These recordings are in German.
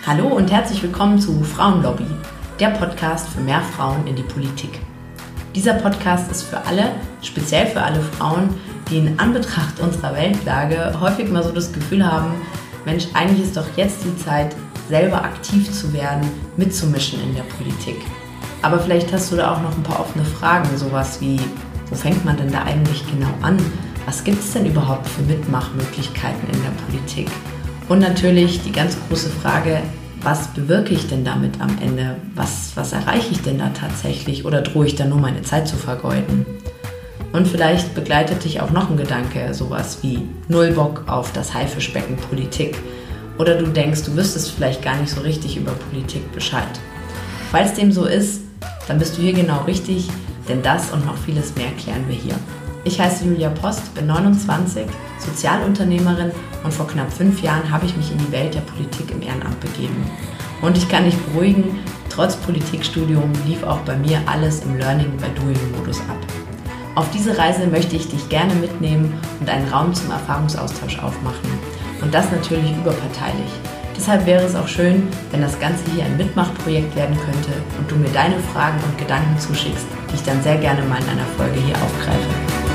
Hallo und herzlich willkommen zu Frauenlobby, der Podcast für mehr Frauen in die Politik. Dieser Podcast ist für alle, speziell für alle Frauen, die in Anbetracht unserer Weltlage häufig mal so das Gefühl haben, Mensch, eigentlich ist doch jetzt die Zeit, selber aktiv zu werden, mitzumischen in der Politik. Aber vielleicht hast du da auch noch ein paar offene Fragen, sowas wie, wo fängt man denn da eigentlich genau an? Was gibt es denn überhaupt für Mitmachmöglichkeiten in der Politik? Und natürlich die ganz große Frage, was bewirke ich denn damit am Ende? Was erreiche ich denn da tatsächlich oder drohe ich da nur meine Zeit zu vergeuden? Und vielleicht begleitet dich auch noch ein Gedanke, sowas wie null Bock auf das Haifischbecken Politik. Oder du denkst, du wüsstest vielleicht gar nicht so richtig über Politik Bescheid. Falls dem so ist, dann bist du hier genau richtig, denn das und noch vieles mehr klären wir hier. Ich heiße Julia Post, bin 29, Sozialunternehmerin und vor knapp 5 Jahren habe ich mich in die Welt der Politik im Ehrenamt begeben. Und ich kann dich beruhigen, trotz Politikstudium lief auch bei mir alles im Learning-by-Doing-Modus ab. Auf diese Reise möchte ich dich gerne mitnehmen und einen Raum zum Erfahrungsaustausch aufmachen. Und das natürlich überparteilich. Deshalb wäre es auch schön, wenn das Ganze hier ein Mitmachprojekt werden könnte und du mir deine Fragen und Gedanken zuschickst, die ich dann sehr gerne mal in einer Folge hier aufgreife.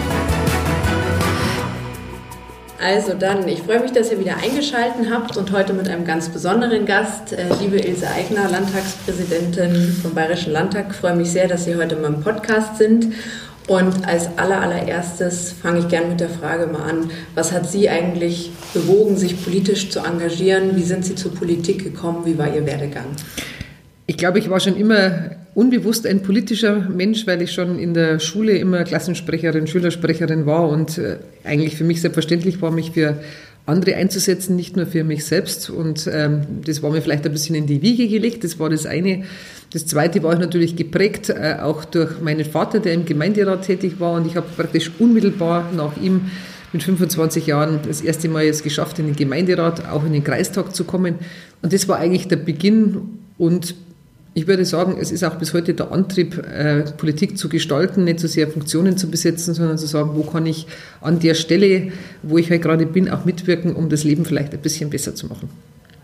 Also dann, ich freue mich, dass ihr wieder eingeschaltet habt und heute mit einem ganz besonderen Gast, liebe Ilse Aigner, Landtagspräsidentin vom Bayerischen Landtag. Ich freue mich sehr, dass Sie heute in meinem Podcast sind. Und als allererstes fange ich gerne mit der Frage mal an, was hat Sie eigentlich bewogen, sich politisch zu engagieren? Wie sind Sie zur Politik gekommen? Wie war Ihr Werdegang? Ich glaube, ich war schon immer unbewusst ein politischer Mensch, weil ich schon in der Schule immer Klassensprecherin, Schülersprecherin war und eigentlich für mich selbstverständlich war, mich für andere einzusetzen, nicht nur für mich selbst. Und das war mir vielleicht ein bisschen in die Wiege gelegt, das war das eine. Das zweite war ich natürlich geprägt, auch durch meinen Vater, der im Gemeinderat tätig war. Und ich habe praktisch unmittelbar nach ihm mit 25 Jahren das erste Mal es geschafft, in den Gemeinderat, auch in den Kreistag zu kommen. Und das war eigentlich der Beginn. Und ich würde sagen, es ist auch bis heute der Antrieb, Politik zu gestalten, nicht so sehr Funktionen zu besetzen, sondern zu sagen, wo kann ich an der Stelle, wo ich halt gerade bin, auch mitwirken, um das Leben vielleicht ein bisschen besser zu machen.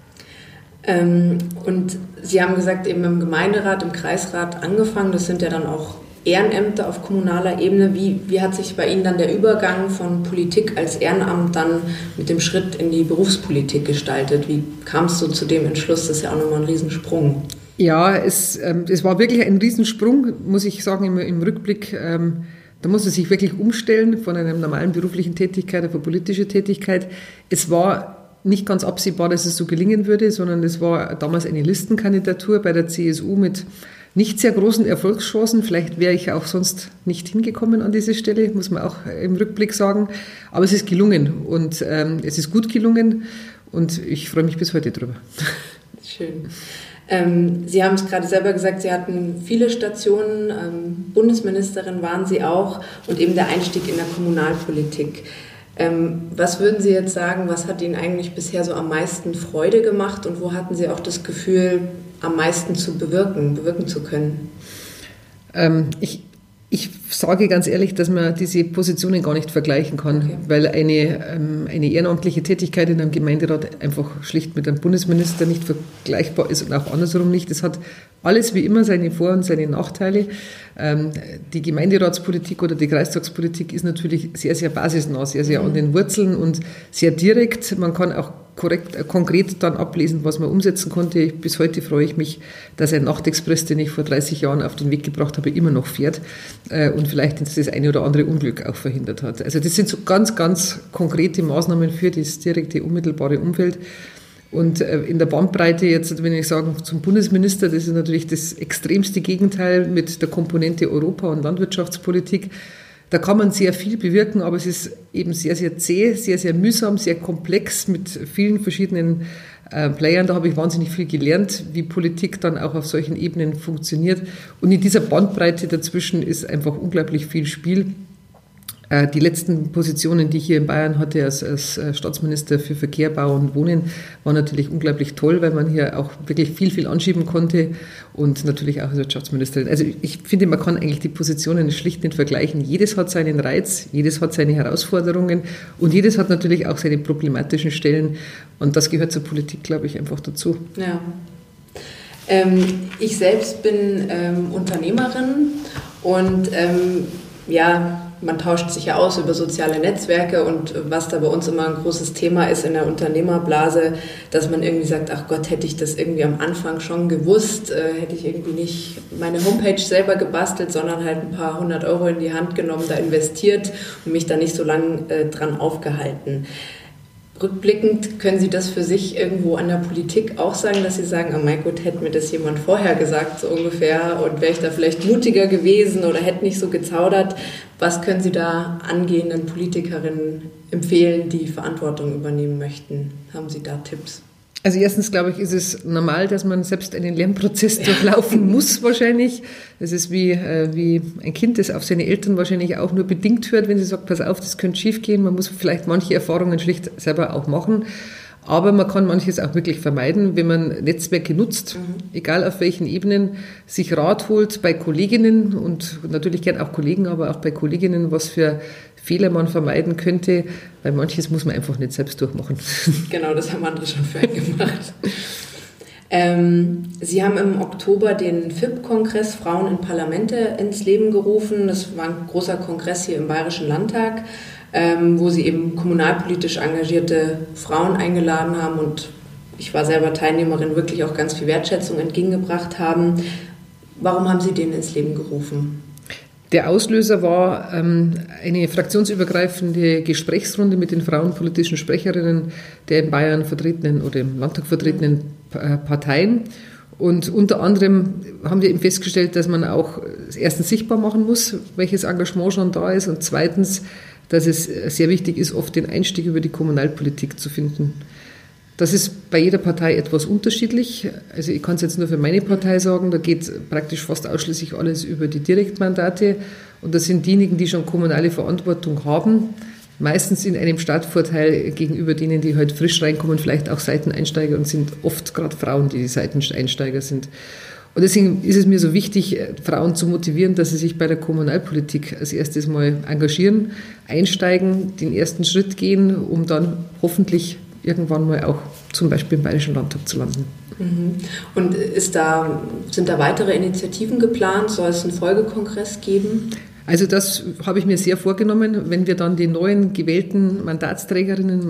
Und Sie haben gesagt, eben im Gemeinderat, im Kreisrat angefangen, das sind ja dann auch Ehrenämter auf kommunaler Ebene. Wie hat sich bei Ihnen dann der Übergang von Politik als Ehrenamt dann mit dem Schritt in die Berufspolitik gestaltet? Wie kam es so zu dem Entschluss? Das ist ja auch nochmal ein Riesensprung. Ja, es war wirklich ein Riesensprung, muss ich sagen, im Rückblick. Da musste sich wirklich umstellen von einer normalen beruflichen Tätigkeit auf eine politische Tätigkeit. Es war nicht ganz absehbar, dass es so gelingen würde, sondern es war damals eine Listenkandidatur bei der CSU mit nicht sehr großen Erfolgschancen. Vielleicht wäre ich auch sonst nicht hingekommen an diese Stelle, muss man auch im Rückblick sagen. Aber es ist gelungen und es ist gut gelungen und ich freue mich bis heute drüber. Schön. Sie haben es gerade selber gesagt, Sie hatten viele Stationen, Bundesministerin waren Sie auch und eben der Einstieg in der Kommunalpolitik. Was würden Sie jetzt sagen, was hat Ihnen eigentlich bisher so am meisten Freude gemacht und wo hatten Sie auch das Gefühl, am meisten zu bewirken zu können? Ich sage ganz ehrlich, dass man diese Positionen gar nicht vergleichen kann, okay. Weil eine ehrenamtliche Tätigkeit in einem Gemeinderat einfach schlicht mit einem Bundesminister nicht vergleichbar ist und auch andersrum nicht. Es hat alles wie immer seine Vor- und seine Nachteile. Die Gemeinderatspolitik oder die Kreistagspolitik ist natürlich sehr, sehr basisnah, sehr, sehr an den Wurzeln und sehr direkt. Man kann auch konkret dann ablesen, was man umsetzen konnte. Bis heute freue ich mich, dass ein Nachtexpress, den ich vor 30 Jahren auf den Weg gebracht habe, immer noch fährt und vielleicht das eine oder andere Unglück auch verhindert hat. Also das sind so ganz, ganz konkrete Maßnahmen für das direkte, unmittelbare Umfeld. Und in der Bandbreite jetzt, wenn ich sage, zum Bundesminister, das ist natürlich das extremste Gegenteil mit der Komponente Europa- und Landwirtschaftspolitik. Da kann man sehr viel bewirken, aber es ist eben sehr, sehr zäh, sehr, sehr mühsam, sehr komplex mit vielen verschiedenen Playern. Da habe ich wahnsinnig viel gelernt, wie Politik dann auch auf solchen Ebenen funktioniert. Und in dieser Bandbreite dazwischen ist einfach unglaublich viel Spiel. Die letzten Positionen, die ich hier in Bayern hatte als Staatsminister für Verkehr, Bau und Wohnen, waren natürlich unglaublich toll, weil man hier auch wirklich viel anschieben konnte und natürlich auch als Wirtschaftsministerin. Also ich finde, man kann eigentlich die Positionen schlicht nicht vergleichen. Jedes hat seinen Reiz, jedes hat seine Herausforderungen und jedes hat natürlich auch seine problematischen Stellen und das gehört zur Politik, glaube ich, einfach dazu. Ja. Ich selbst bin Unternehmerin und man tauscht sich ja aus über soziale Netzwerke und was da bei uns immer ein großes Thema ist in der Unternehmerblase, dass man irgendwie sagt, ach Gott, hätte ich das irgendwie am Anfang schon gewusst, hätte ich irgendwie nicht meine Homepage selber gebastelt, sondern halt ein paar 100 Euro in die Hand genommen, da investiert und mich da nicht so lange dran aufgehalten. Rückblickend, können Sie das für sich irgendwo an der Politik auch sagen, dass Sie sagen, oh mein Gott, hätte mir das jemand vorher gesagt, so ungefähr, und wäre ich da vielleicht mutiger gewesen oder hätte nicht so gezaudert. Was können Sie da angehenden Politikerinnen empfehlen, die Verantwortung übernehmen möchten? Haben Sie da Tipps? Also erstens, glaube ich, ist es normal, dass man selbst einen Lernprozess durchlaufen muss wahrscheinlich. Das ist wie ein Kind, das auf seine Eltern wahrscheinlich auch nur bedingt hört, wenn sie sagt, pass auf, das könnte schief gehen. Man muss vielleicht manche Erfahrungen schlicht selber auch machen. Aber man kann manches auch wirklich vermeiden, wenn man Netzwerke nutzt, egal auf welchen Ebenen, sich Rat holt bei Kolleginnen und natürlich gern auch Kollegen, aber auch bei Kolleginnen, was für Fehler man vermeiden könnte, weil manches muss man einfach nicht selbst durchmachen. Genau, das haben andere schon für einen gemacht. Sie haben im Oktober den FIP-Kongress Frauen in Parlamente ins Leben gerufen. Das war ein großer Kongress hier im Bayerischen Landtag, wo Sie eben kommunalpolitisch engagierte Frauen eingeladen haben und ich war selber Teilnehmerin, wirklich auch ganz viel Wertschätzung entgegengebracht haben. Warum haben Sie den ins Leben gerufen? Der Auslöser war eine fraktionsübergreifende Gesprächsrunde mit den frauenpolitischen Sprecherinnen der in Bayern vertretenen oder im Landtag vertretenen Parteien. Und unter anderem haben wir eben festgestellt, dass man auch erstens sichtbar machen muss, welches Engagement schon da ist und zweitens, dass es sehr wichtig ist, oft den Einstieg über die Kommunalpolitik zu finden. Das ist bei jeder Partei etwas unterschiedlich. Also ich kann es jetzt nur für meine Partei sagen, da geht praktisch fast ausschließlich alles über die Direktmandate. Und das sind diejenigen, die schon kommunale Verantwortung haben, meistens in einem Startvorteil gegenüber denen, die halt frisch reinkommen, vielleicht auch Seiteneinsteiger und sind oft gerade Frauen, die Seiteneinsteiger sind. Und deswegen ist es mir so wichtig, Frauen zu motivieren, dass sie sich bei der Kommunalpolitik als erstes mal engagieren, einsteigen, den ersten Schritt gehen, um dann hoffentlich irgendwann mal auch zum Beispiel im Bayerischen Landtag zu landen. Und sind da weitere Initiativen geplant? Soll es einen Folgekongress geben? Also das habe ich mir sehr vorgenommen, wenn wir dann die neuen gewählten Mandatsträgerinnen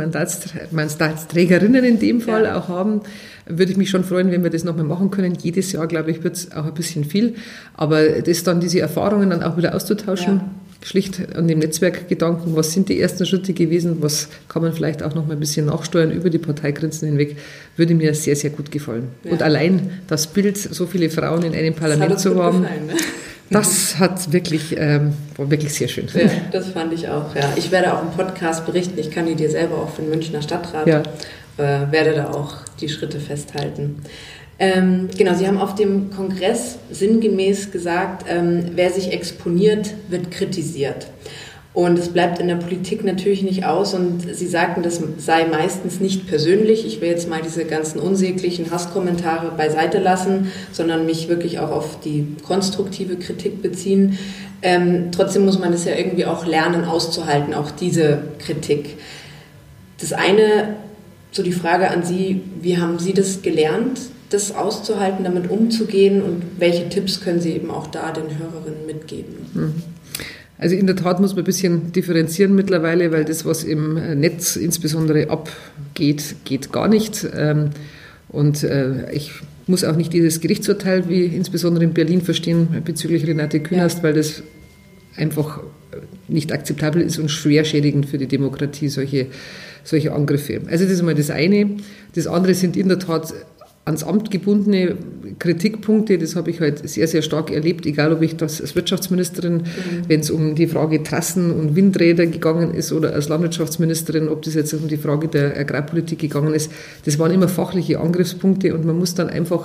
in dem Fall auch haben, würde ich mich schon freuen, wenn wir das nochmal machen können. Jedes Jahr, glaube ich, wird es auch ein bisschen viel. Aber das dann diese Erfahrungen dann auch wieder auszutauschen, schlicht an dem Netzwerkgedanken, was sind die ersten Schritte gewesen, was kann man vielleicht auch noch mal ein bisschen nachsteuern über die Parteigrenzen hinweg, würde mir sehr, sehr gut gefallen. Ja. Und allein das Bild, so viele Frauen in einem Parlament zu haben, das hat wirklich, war wirklich sehr schön. Ja, das fand ich auch, ja. Ich werde auch im Podcast berichten, ich kandidiere selber auch für den Münchner Stadtrat, werde da auch die Schritte festhalten. Genau, Sie haben auf dem Kongress sinngemäß gesagt, wer sich exponiert, wird kritisiert. Und es bleibt in der Politik natürlich nicht aus und Sie sagten, das sei meistens nicht persönlich. Ich will jetzt mal diese ganzen unsäglichen Hasskommentare beiseite lassen, sondern mich wirklich auch auf die konstruktive Kritik beziehen. Trotzdem muss man das ja irgendwie auch lernen auszuhalten, auch diese Kritik. Das eine, so die Frage an Sie, wie haben Sie das gelernt, das auszuhalten, damit umzugehen und welche Tipps können Sie eben auch da den Hörerinnen mitgeben? Also in der Tat muss man ein bisschen differenzieren mittlerweile, weil das, was im Netz insbesondere abgeht, geht gar nicht. Und ich muss auch nicht dieses Gerichtsurteil wie insbesondere in Berlin verstehen bezüglich Renate Künast, weil das einfach nicht akzeptabel ist und schwer schädigend für die Demokratie, solche Angriffe. Also das ist mal das eine. Das andere sind in der Tat ans Amt gebundene Kritikpunkte, das habe ich halt sehr, sehr stark erlebt, egal ob ich das als Wirtschaftsministerin, wenn es um die Frage Trassen und Windräder gegangen ist oder als Landwirtschaftsministerin, ob das jetzt um die Frage der Agrarpolitik gegangen ist, das waren immer fachliche Angriffspunkte und man muss dann einfach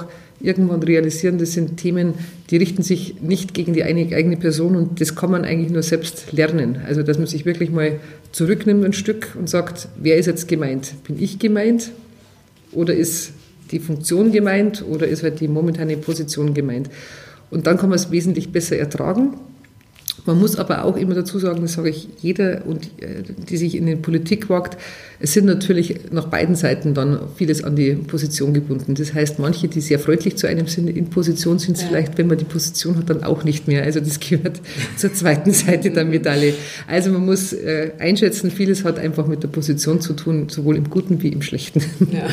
irgendwann realisieren, das sind Themen, die richten sich nicht gegen die eigene Person und das kann man eigentlich nur selbst lernen. Also dass man sich wirklich mal zurücknimmt ein Stück und sagt, wer ist jetzt gemeint? Bin ich gemeint oder ist die Funktion gemeint oder ist halt die momentane Position gemeint? Und dann kann man es wesentlich besser ertragen. Man muss aber auch immer dazu sagen, das sage ich jeder, die sich in die Politik wagt, es sind natürlich nach beiden Seiten dann vieles an die Position gebunden. Das heißt, manche, die sehr freundlich zu einem sind, in Position sind es vielleicht, wenn man die Position hat, dann auch nicht mehr. Also das gehört zur zweiten Seite der Medaille. Also man muss einschätzen, vieles hat einfach mit der Position zu tun, sowohl im Guten wie im Schlechten. Ja.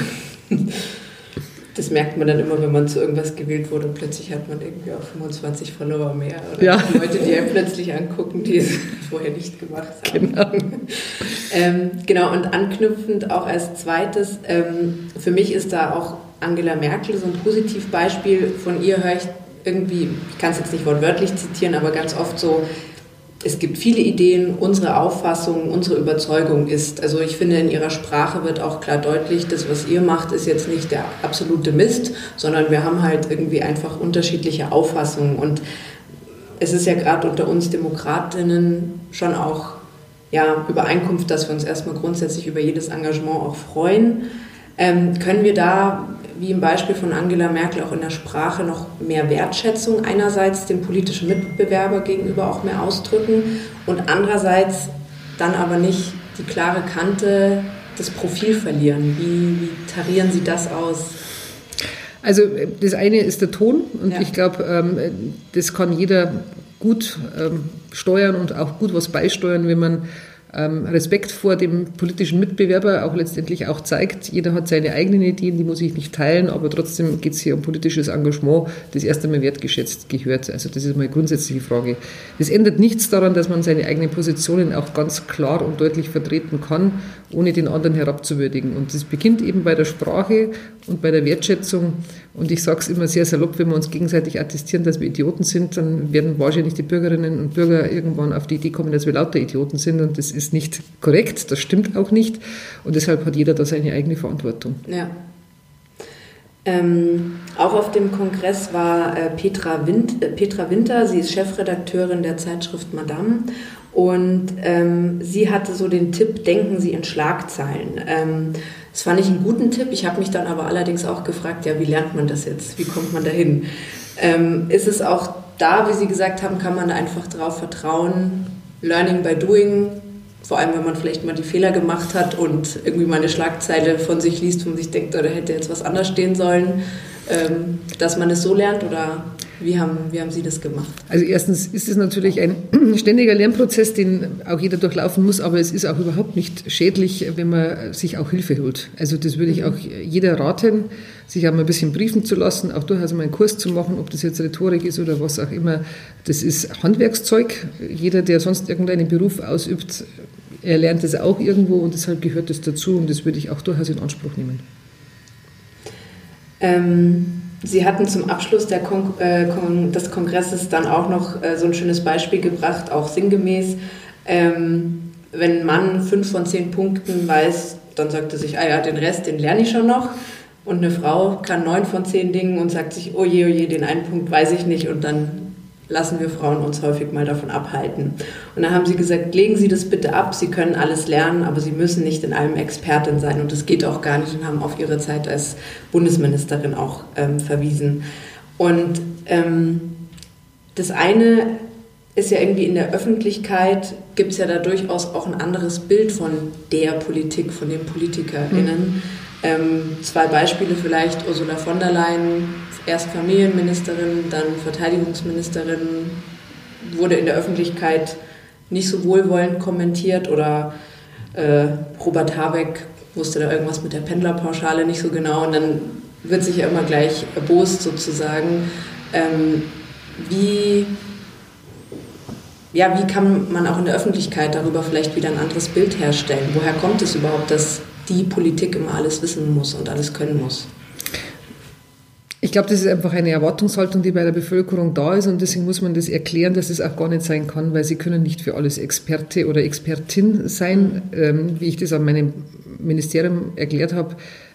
Das merkt man dann immer, wenn man zu irgendwas gewählt wurde und plötzlich hat man irgendwie auch 25 Follower mehr oder Leute, die einen plötzlich angucken, die es vorher nicht gemacht haben. Genau, und anknüpfend auch als zweites, für mich ist da auch Angela Merkel so ein Positivbeispiel. Von ihr höre ich irgendwie, ich kann es jetzt nicht wortwörtlich zitieren, aber ganz oft so, es gibt viele Ideen, unsere Auffassung, unsere Überzeugung ist, also ich finde, in ihrer Sprache wird auch klar deutlich, das, was ihr macht, ist jetzt nicht der absolute Mist, sondern wir haben halt irgendwie einfach unterschiedliche Auffassungen und es ist ja gerade unter uns Demokratinnen schon auch Übereinkunft, dass wir uns erstmal grundsätzlich über jedes Engagement auch freuen. Können wir da, wie im Beispiel von Angela Merkel, auch in der Sprache noch mehr Wertschätzung einerseits dem politischen Mitbewerber gegenüber auch mehr ausdrücken und andererseits dann aber nicht die klare Kante, das Profil verlieren? Wie tarieren Sie das aus? Also das eine ist der Ton und ich glaube, das kann jeder gut steuern und auch gut was beisteuern, wenn man Respekt vor dem politischen Mitbewerber auch letztendlich auch zeigt. Jeder hat seine eigenen Ideen, die muss ich nicht teilen, aber trotzdem geht es hier um politisches Engagement, das erst einmal wertgeschätzt gehört. Also das ist mal eine grundsätzliche Frage. Das ändert nichts daran, dass man seine eigenen Positionen auch ganz klar und deutlich vertreten kann, ohne den anderen herabzuwürdigen. Und das beginnt eben bei der Sprache und bei der Wertschätzung. Und ich sage es immer sehr salopp, wenn wir uns gegenseitig attestieren, dass wir Idioten sind, dann werden wahrscheinlich die Bürgerinnen und Bürger irgendwann auf die Idee kommen, dass wir lauter Idioten sind. Und das ist nicht korrekt, das stimmt auch nicht. Und deshalb hat jeder da seine eigene Verantwortung. Ja. Auch auf dem Kongress war Petra Winter, sie ist Chefredakteurin der Zeitschrift Madame und sie hatte so den Tipp, denken Sie in Schlagzeilen. Das fand ich einen guten Tipp, ich habe mich dann aber allerdings auch gefragt, wie lernt man das jetzt, wie kommt man dahin? Ist es auch da, wie Sie gesagt haben, kann man da einfach drauf vertrauen, Learning by Doing, vor allem wenn man vielleicht mal die Fehler gemacht hat und irgendwie mal eine Schlagzeile von sich liest, von sich denkt, oder hätte jetzt was anders stehen sollen, dass man es so lernt oder wie haben Sie das gemacht? Also erstens ist es natürlich ein ständiger Lernprozess, den auch jeder durchlaufen muss, aber es ist auch überhaupt nicht schädlich, wenn man sich auch Hilfe holt. Also das würde ich auch jeder raten, sich auch mal ein bisschen briefen zu lassen, auch durchaus mal einen Kurs zu machen, ob das jetzt Rhetorik ist oder was auch immer. Das ist Handwerkszeug. Jeder, der sonst irgendeinen Beruf ausübt, er lernt das auch irgendwo und deshalb gehört das dazu und das würde ich auch durchaus in Anspruch nehmen. Sie hatten zum Abschluss des Kongresses dann auch noch so ein schönes Beispiel gebracht, auch sinngemäß. Wenn ein Mann 5 von 10 Punkten weiß, dann sagt er sich, den Rest, den lerne ich schon noch. Und eine Frau kann 9 von 10 Dingen und sagt sich, oh je, den einen Punkt weiß ich nicht. Und dann lassen wir Frauen uns häufig mal davon abhalten. Und dann haben sie gesagt, legen Sie das bitte ab, Sie können alles lernen, aber Sie müssen nicht in allem Expertin sein. Und das geht auch gar nicht und haben auf Ihre Zeit als Bundesministerin auch verwiesen. Und das eine ist ja irgendwie in der Öffentlichkeit, gibt es ja da durchaus auch ein anderes Bild von der Politik, von den PolitikerInnen. 2 Beispiele vielleicht, Ursula von der Leyen, erst Familienministerin, dann Verteidigungsministerin, wurde in der Öffentlichkeit nicht so wohlwollend kommentiert oder Robert Habeck wusste da irgendwas mit der Pendlerpauschale nicht so genau und dann wird sich ja immer gleich erbost sozusagen. Wie kann man auch in der Öffentlichkeit darüber vielleicht wieder ein anderes Bild herstellen? Woher kommt es überhaupt, dass die Politik immer alles wissen muss und alles können muss? Ich glaube, das ist einfach eine Erwartungshaltung, die bei der Bevölkerung da ist und deswegen muss man das erklären, dass es auch gar nicht sein kann, weil sie können nicht für alles Experte oder Expertin sein. Wie ich das an meinem Ministerium erklärt habe,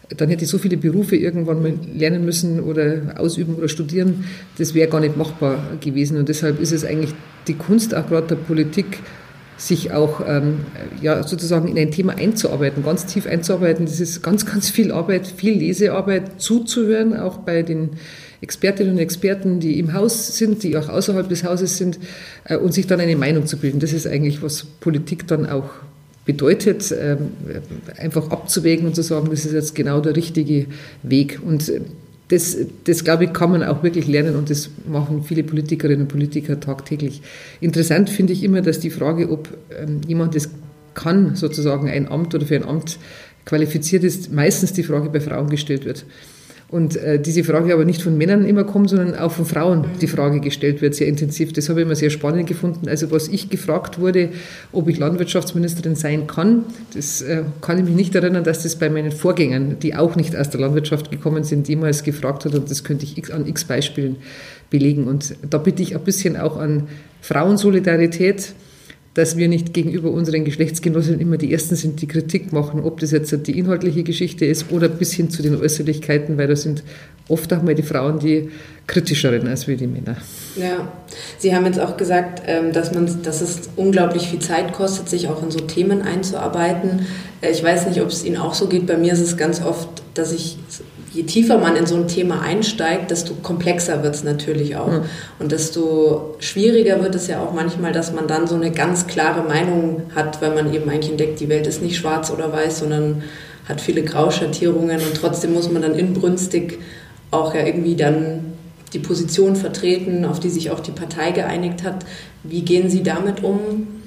dann hätte ich so viele Berufe irgendwann mal lernen müssen oder ausüben oder studieren. Das wäre gar nicht machbar gewesen. Und deshalb ist es eigentlich die Kunst auch gerade der Politik, sich auch sozusagen in ein Thema einzuarbeiten, ganz tief einzuarbeiten. Das ist ganz, ganz viel Arbeit, viel Lesearbeit, zuzuhören, auch bei den Expertinnen und Experten, die im Haus sind, die auch außerhalb des Hauses sind, und sich dann eine Meinung zu bilden. Das ist eigentlich, was Politik dann auch bedeutet, einfach abzuwägen und zu sagen, das ist jetzt genau der richtige Weg. Und das, glaube ich, kann man auch wirklich lernen und das machen viele Politikerinnen und Politiker tagtäglich. Interessant finde ich immer, dass die Frage, ob jemand das kann, sozusagen ein Amt oder für ein Amt qualifiziert ist, meistens die Frage bei Frauen gestellt wird. Und diese Frage aber nicht von Männern immer kommt, sondern auch von Frauen die Frage gestellt wird, sehr intensiv. Das habe ich immer sehr spannend gefunden. Also was ich gefragt wurde, ob ich Landwirtschaftsministerin sein kann, das kann ich mich nicht erinnern, dass das bei meinen Vorgängern, die auch nicht aus der Landwirtschaft gekommen sind, jemals gefragt hat. Und das könnte ich an x Beispielen belegen. Und da bitte ich ein bisschen auch an Frauensolidarität, dass wir nicht gegenüber unseren Geschlechtsgenossinnen immer die Ersten sind, die Kritik machen, ob das jetzt die inhaltliche Geschichte ist oder bis hin zu den Äußerlichkeiten, weil da sind oft auch mal die Frauen die kritischeren als wir die Männer. Ja, Sie haben jetzt auch gesagt, dass es unglaublich viel Zeit kostet, sich auch in so Themen einzuarbeiten. Ich weiß nicht, ob es Ihnen auch so geht. Bei mir ist es ganz oft, dass je tiefer man in so ein Thema einsteigt, desto komplexer wird es natürlich auch. Ja. Und desto schwieriger wird es ja auch manchmal, dass man dann so eine ganz klare Meinung hat, weil man eben eigentlich entdeckt, die Welt ist nicht schwarz oder weiß, sondern hat viele Grauschattierungen und trotzdem muss man dann inbrünstig auch ja irgendwie dann die Position vertreten, auf die sich auch die Partei geeinigt hat. Wie gehen Sie damit um?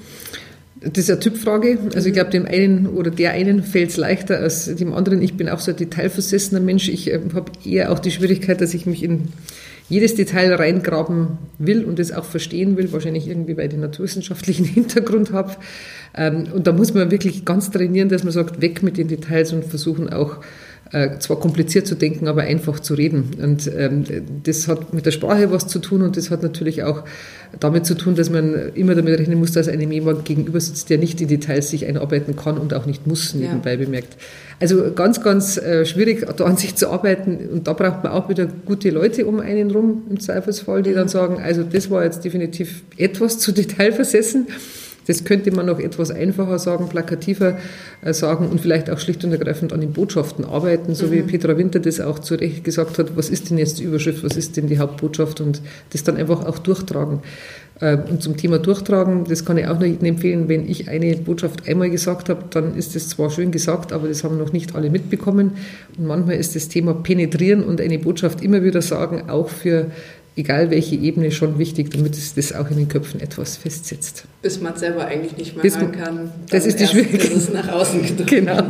Das ist eine Typfrage. Also ich glaube, dem einen oder der einen fällt es leichter als dem anderen. Ich bin auch so ein detailversessener Mensch. Ich habe eher auch die Schwierigkeit, dass ich mich in jedes Detail reingraben will und das auch verstehen will. Wahrscheinlich irgendwie, weil ich den naturwissenschaftlichen Hintergrund habe. Und da muss man wirklich ganz trainieren, dass man sagt, weg mit den Details und versuchen auch zwar kompliziert zu denken, aber einfach zu reden. Und das hat mit der Sprache was zu tun und das hat natürlich auch damit zu tun, dass man immer damit rechnen muss, dass einem jemand gegenüber sitzt, der nicht in Details sich einarbeiten kann und auch nicht muss, nebenbei bemerkt. Also ganz, ganz schwierig, da an sich zu arbeiten und da braucht man auch wieder gute Leute um einen rum, im Zweifelsfall, die dann sagen, also das war jetzt definitiv etwas zu detailversessen. Das könnte man noch etwas einfacher sagen, plakativer sagen und vielleicht auch schlicht und ergreifend an den Botschaften arbeiten, so wie Petra Winter das auch zu Recht gesagt hat, was ist denn jetzt die Überschrift, was ist denn die Hauptbotschaft und das dann einfach auch durchtragen. Und zum Thema Durchtragen, das kann ich auch noch jedem empfehlen, wenn ich eine Botschaft einmal gesagt habe, dann ist das zwar schön gesagt, aber das haben noch nicht alle mitbekommen und manchmal ist das Thema Penetrieren und eine Botschaft immer wieder sagen, auch für egal welche Ebene, schon wichtig, damit es das auch in den Köpfen etwas festsetzt. Bis man es selber eigentlich nicht mehr hören kann. Das ist die Schwierigkeit. Ist es nach außen gedrückt. Genau.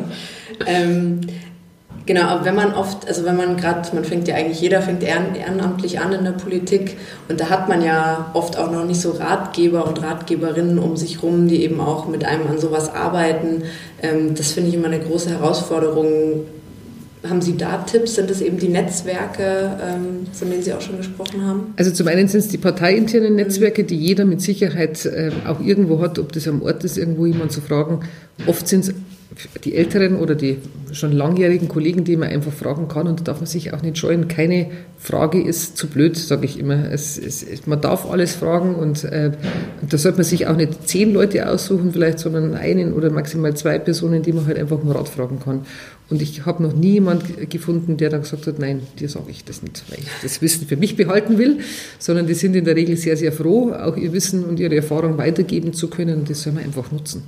Genau, aber wenn man oft, also wenn man gerade, jeder fängt ehrenamtlich an in der Politik und da hat man ja oft auch noch nicht so Ratgeber und Ratgeberinnen um sich rum, die eben auch mit einem an sowas arbeiten. Das finde ich immer eine große Herausforderung. Haben Sie da Tipps? Sind es eben die Netzwerke, von denen Sie auch schon gesprochen haben? Also zum einen sind es die parteiinternen Netzwerke, die jeder mit Sicherheit auch irgendwo hat, ob das am Ort ist, irgendwo jemand zu fragen. Oft sind es die älteren oder die schon langjährigen Kollegen, die man einfach fragen kann und da darf man sich auch nicht scheuen. Keine Frage ist zu blöd, sage ich immer. Man darf alles fragen und da sollte man sich auch nicht 10 Leute aussuchen vielleicht, sondern einen oder maximal 2 Personen, die man halt einfach um Rat fragen kann. Und ich habe noch nie jemanden gefunden, der dann gesagt hat, nein, dir sage ich das nicht, weil ich das Wissen für mich behalten will, sondern die sind in der Regel sehr, sehr froh, auch ihr Wissen und ihre Erfahrung weitergeben zu können und das soll man einfach nutzen.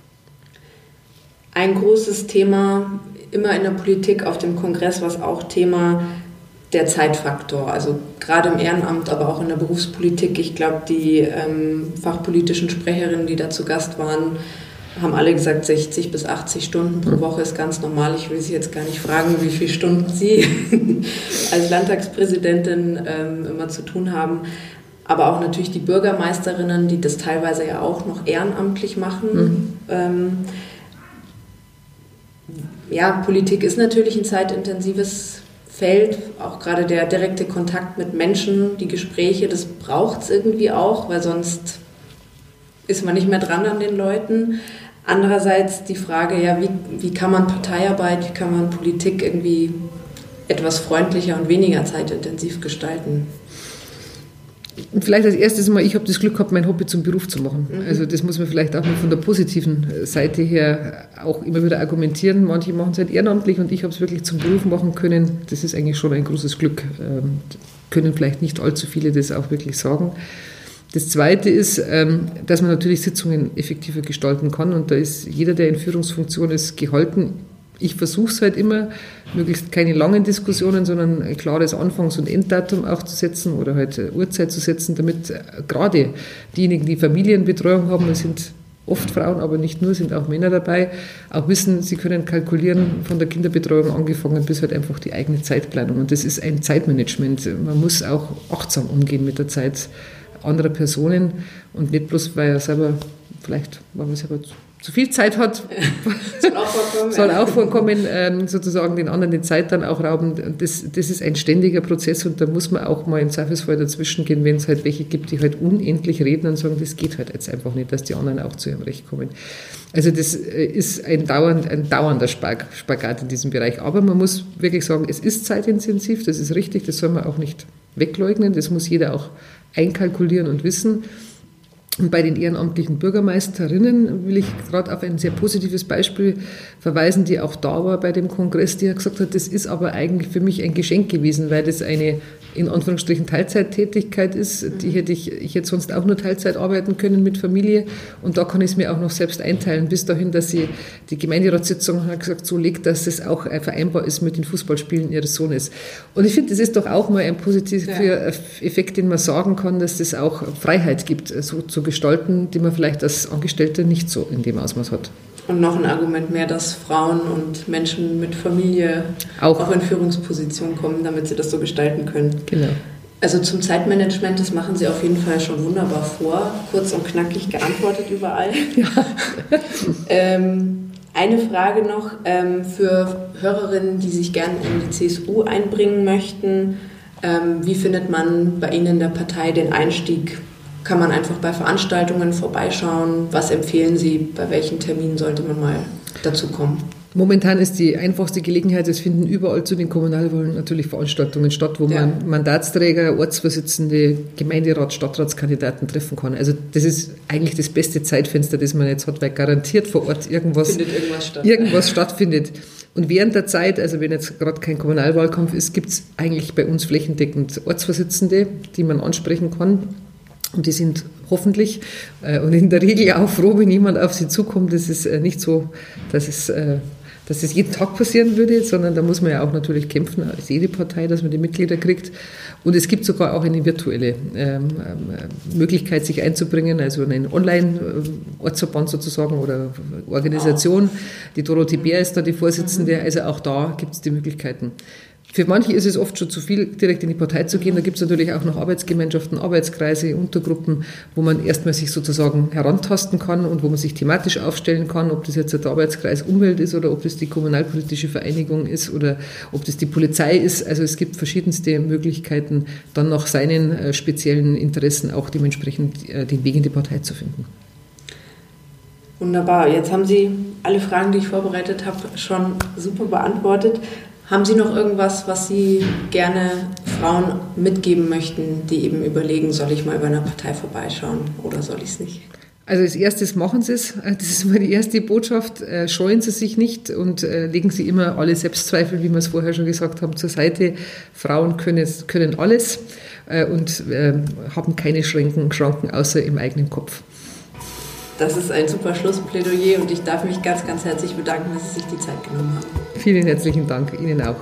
Ein großes Thema immer in der Politik auf dem Kongress, was auch Thema der Zeitfaktor, also gerade im Ehrenamt, aber auch in der Berufspolitik. Ich glaube, die fachpolitischen Sprecherinnen, die da zu Gast waren, haben alle gesagt, 60 bis 80 Stunden pro Woche ist ganz normal. Ich will Sie jetzt gar nicht fragen, wie viele Stunden Sie als Landtagspräsidentin immer zu tun haben. Aber auch natürlich die Bürgermeisterinnen, die das teilweise ja auch noch ehrenamtlich machen. Politik ist natürlich ein zeitintensives Feld, auch gerade der direkte Kontakt mit Menschen, die Gespräche, das braucht es irgendwie auch, weil sonst ist man nicht mehr dran an den Leuten. Andererseits die Frage, ja, wie kann man Parteiarbeit, wie kann man Politik irgendwie etwas freundlicher und weniger zeitintensiv gestalten? Und vielleicht als erstes mal, ich habe das Glück gehabt, mein Hobby zum Beruf zu machen. Also das muss man vielleicht auch mal von der positiven Seite her auch immer wieder argumentieren. Manche machen es halt ehrenamtlich und ich habe es wirklich zum Beruf machen können. Das ist eigentlich schon ein großes Glück. Können vielleicht nicht allzu viele das auch wirklich sagen. Das Zweite ist, dass man natürlich Sitzungen effektiver gestalten kann und da ist jeder, der in Führungsfunktion ist, gehalten. Ich versuche es halt immer, möglichst keine langen Diskussionen, sondern ein klares Anfangs- und Enddatum auch zu setzen oder halt eine Uhrzeit zu setzen, damit gerade diejenigen, die Familienbetreuung haben, das sind oft Frauen, aber nicht nur, sind auch Männer dabei, auch wissen, sie können kalkulieren von der Kinderbetreuung angefangen bis halt einfach die eigene Zeitplanung. Und das ist ein Zeitmanagement. Man muss auch achtsam umgehen mit der Zeit anderer Personen und nicht bloß, weil er selber vielleicht, weil man selber zu viel Zeit hat, soll auch vorkommen, sozusagen den anderen die Zeit dann auch rauben. Das ist ein ständiger Prozess und da muss man auch mal im Zweifelsfall dazwischen gehen, wenn es halt welche gibt, die halt unendlich reden und sagen, das geht halt jetzt einfach nicht, dass die anderen auch zu ihrem Recht kommen. Also das ist ein dauernder Spagat in diesem Bereich. Aber man muss wirklich sagen, es ist zeitintensiv, das ist richtig, das soll man auch nicht wegleugnen, das muss jeder auch einkalkulieren und wissen. Und bei den ehrenamtlichen Bürgermeisterinnen will ich gerade auf ein sehr positives Beispiel verweisen, die auch da war bei dem Kongress, die ja gesagt hat, das ist aber eigentlich für mich ein Geschenk gewesen, weil das eine in Anführungsstrichen Teilzeittätigkeit ist. Ich hätte sonst auch nur Teilzeit arbeiten können mit Familie und da kann ich es mir auch noch selbst einteilen, bis dahin, dass sie die Gemeinderatssitzung hat gesagt, so legt, dass es auch vereinbar ist mit den Fußballspielen ihres Sohnes. Und ich finde, das ist doch auch mal ein positiver Effekt, den man sagen kann, dass das auch Freiheit gibt, so zu gestalten, die man vielleicht als Angestellte nicht so in dem Ausmaß hat. Und noch ein Argument mehr, dass Frauen und Menschen mit Familie auch in Führungspositionen kommen, damit sie das so gestalten können. Genau. Also zum Zeitmanagement, das machen Sie auf jeden Fall schon wunderbar vor. Kurz und knackig geantwortet überall. Ja. Eine Frage noch für Hörerinnen, die sich gerne in die CSU einbringen möchten. Wie findet man bei Ihnen in der Partei den Einstieg? Kann man einfach bei Veranstaltungen vorbeischauen? Was empfehlen Sie? Bei welchen Terminen sollte man mal dazu kommen? Momentan ist die einfachste Gelegenheit, es finden überall zu den Kommunalwahlen natürlich Veranstaltungen statt, wo man Mandatsträger, Ortsvorsitzende, Gemeinderat, Stadtratskandidaten treffen kann. Also das ist eigentlich das beste Zeitfenster, das man jetzt hat, weil garantiert vor Ort irgendwas stattfindet. Und während der Zeit, also wenn jetzt gerade kein Kommunalwahlkampf ist, gibt es eigentlich bei uns flächendeckend Ortsvorsitzende, die man ansprechen kann. Und die sind hoffentlich und in der Regel auch froh, wenn jemand auf sie zukommt. Das ist nicht so, dass es jeden Tag passieren würde, sondern da muss man ja auch natürlich kämpfen, als jede Partei, dass man die Mitglieder kriegt. Und es gibt sogar auch eine virtuelle Möglichkeit, sich einzubringen, also einen Online-Ortsverband sozusagen oder Organisation. Die Dorothee Bär ist da die Vorsitzende, also auch da gibt es die Möglichkeiten. Für manche ist es oft schon zu viel, direkt in die Partei zu gehen. Da gibt es natürlich auch noch Arbeitsgemeinschaften, Arbeitskreise, Untergruppen, wo man erstmal sich sozusagen herantasten kann und wo man sich thematisch aufstellen kann, ob das jetzt der Arbeitskreis Umwelt ist oder ob das die kommunalpolitische Vereinigung ist oder ob das die Polizei ist. Also es gibt verschiedenste Möglichkeiten, dann nach seinen speziellen Interessen auch dementsprechend den Weg in die Partei zu finden. Wunderbar. Jetzt haben Sie alle Fragen, die ich vorbereitet habe, schon super beantwortet. Haben Sie noch irgendwas, was Sie gerne Frauen mitgeben möchten, die eben überlegen, soll ich mal bei einer Partei vorbeischauen oder soll ich es nicht? Also als erstes machen Sie es. Das ist mal die erste Botschaft. Scheuen Sie sich nicht und legen Sie immer alle Selbstzweifel, wie wir es vorher schon gesagt haben, zur Seite. Frauen können alles und haben keine Schranken außer im eigenen Kopf. Das ist ein super Schlussplädoyer und ich darf mich ganz, ganz herzlich bedanken, dass Sie sich die Zeit genommen haben. Vielen herzlichen Dank, Ihnen auch.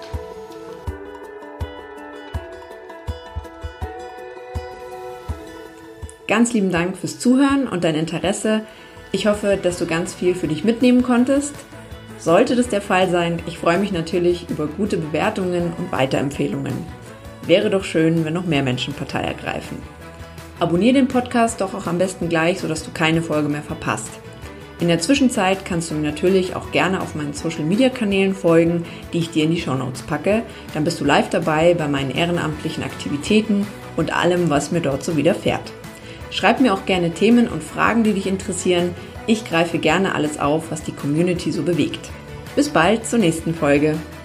Ganz lieben Dank fürs Zuhören und dein Interesse. Ich hoffe, dass du ganz viel für dich mitnehmen konntest. Sollte das der Fall sein, ich freue mich natürlich über gute Bewertungen und Weiterempfehlungen. Wäre doch schön, wenn noch mehr Menschen Partei ergreifen. Abonniere den Podcast doch auch am besten gleich, sodass du keine Folge mehr verpasst. In der Zwischenzeit kannst du mir natürlich auch gerne auf meinen Social-Media-Kanälen folgen, die ich dir in die Shownotes packe. Dann bist du live dabei bei meinen ehrenamtlichen Aktivitäten und allem, was mir dort so widerfährt. Schreib mir auch gerne Themen und Fragen, die dich interessieren. Ich greife gerne alles auf, was die Community so bewegt. Bis bald zur nächsten Folge.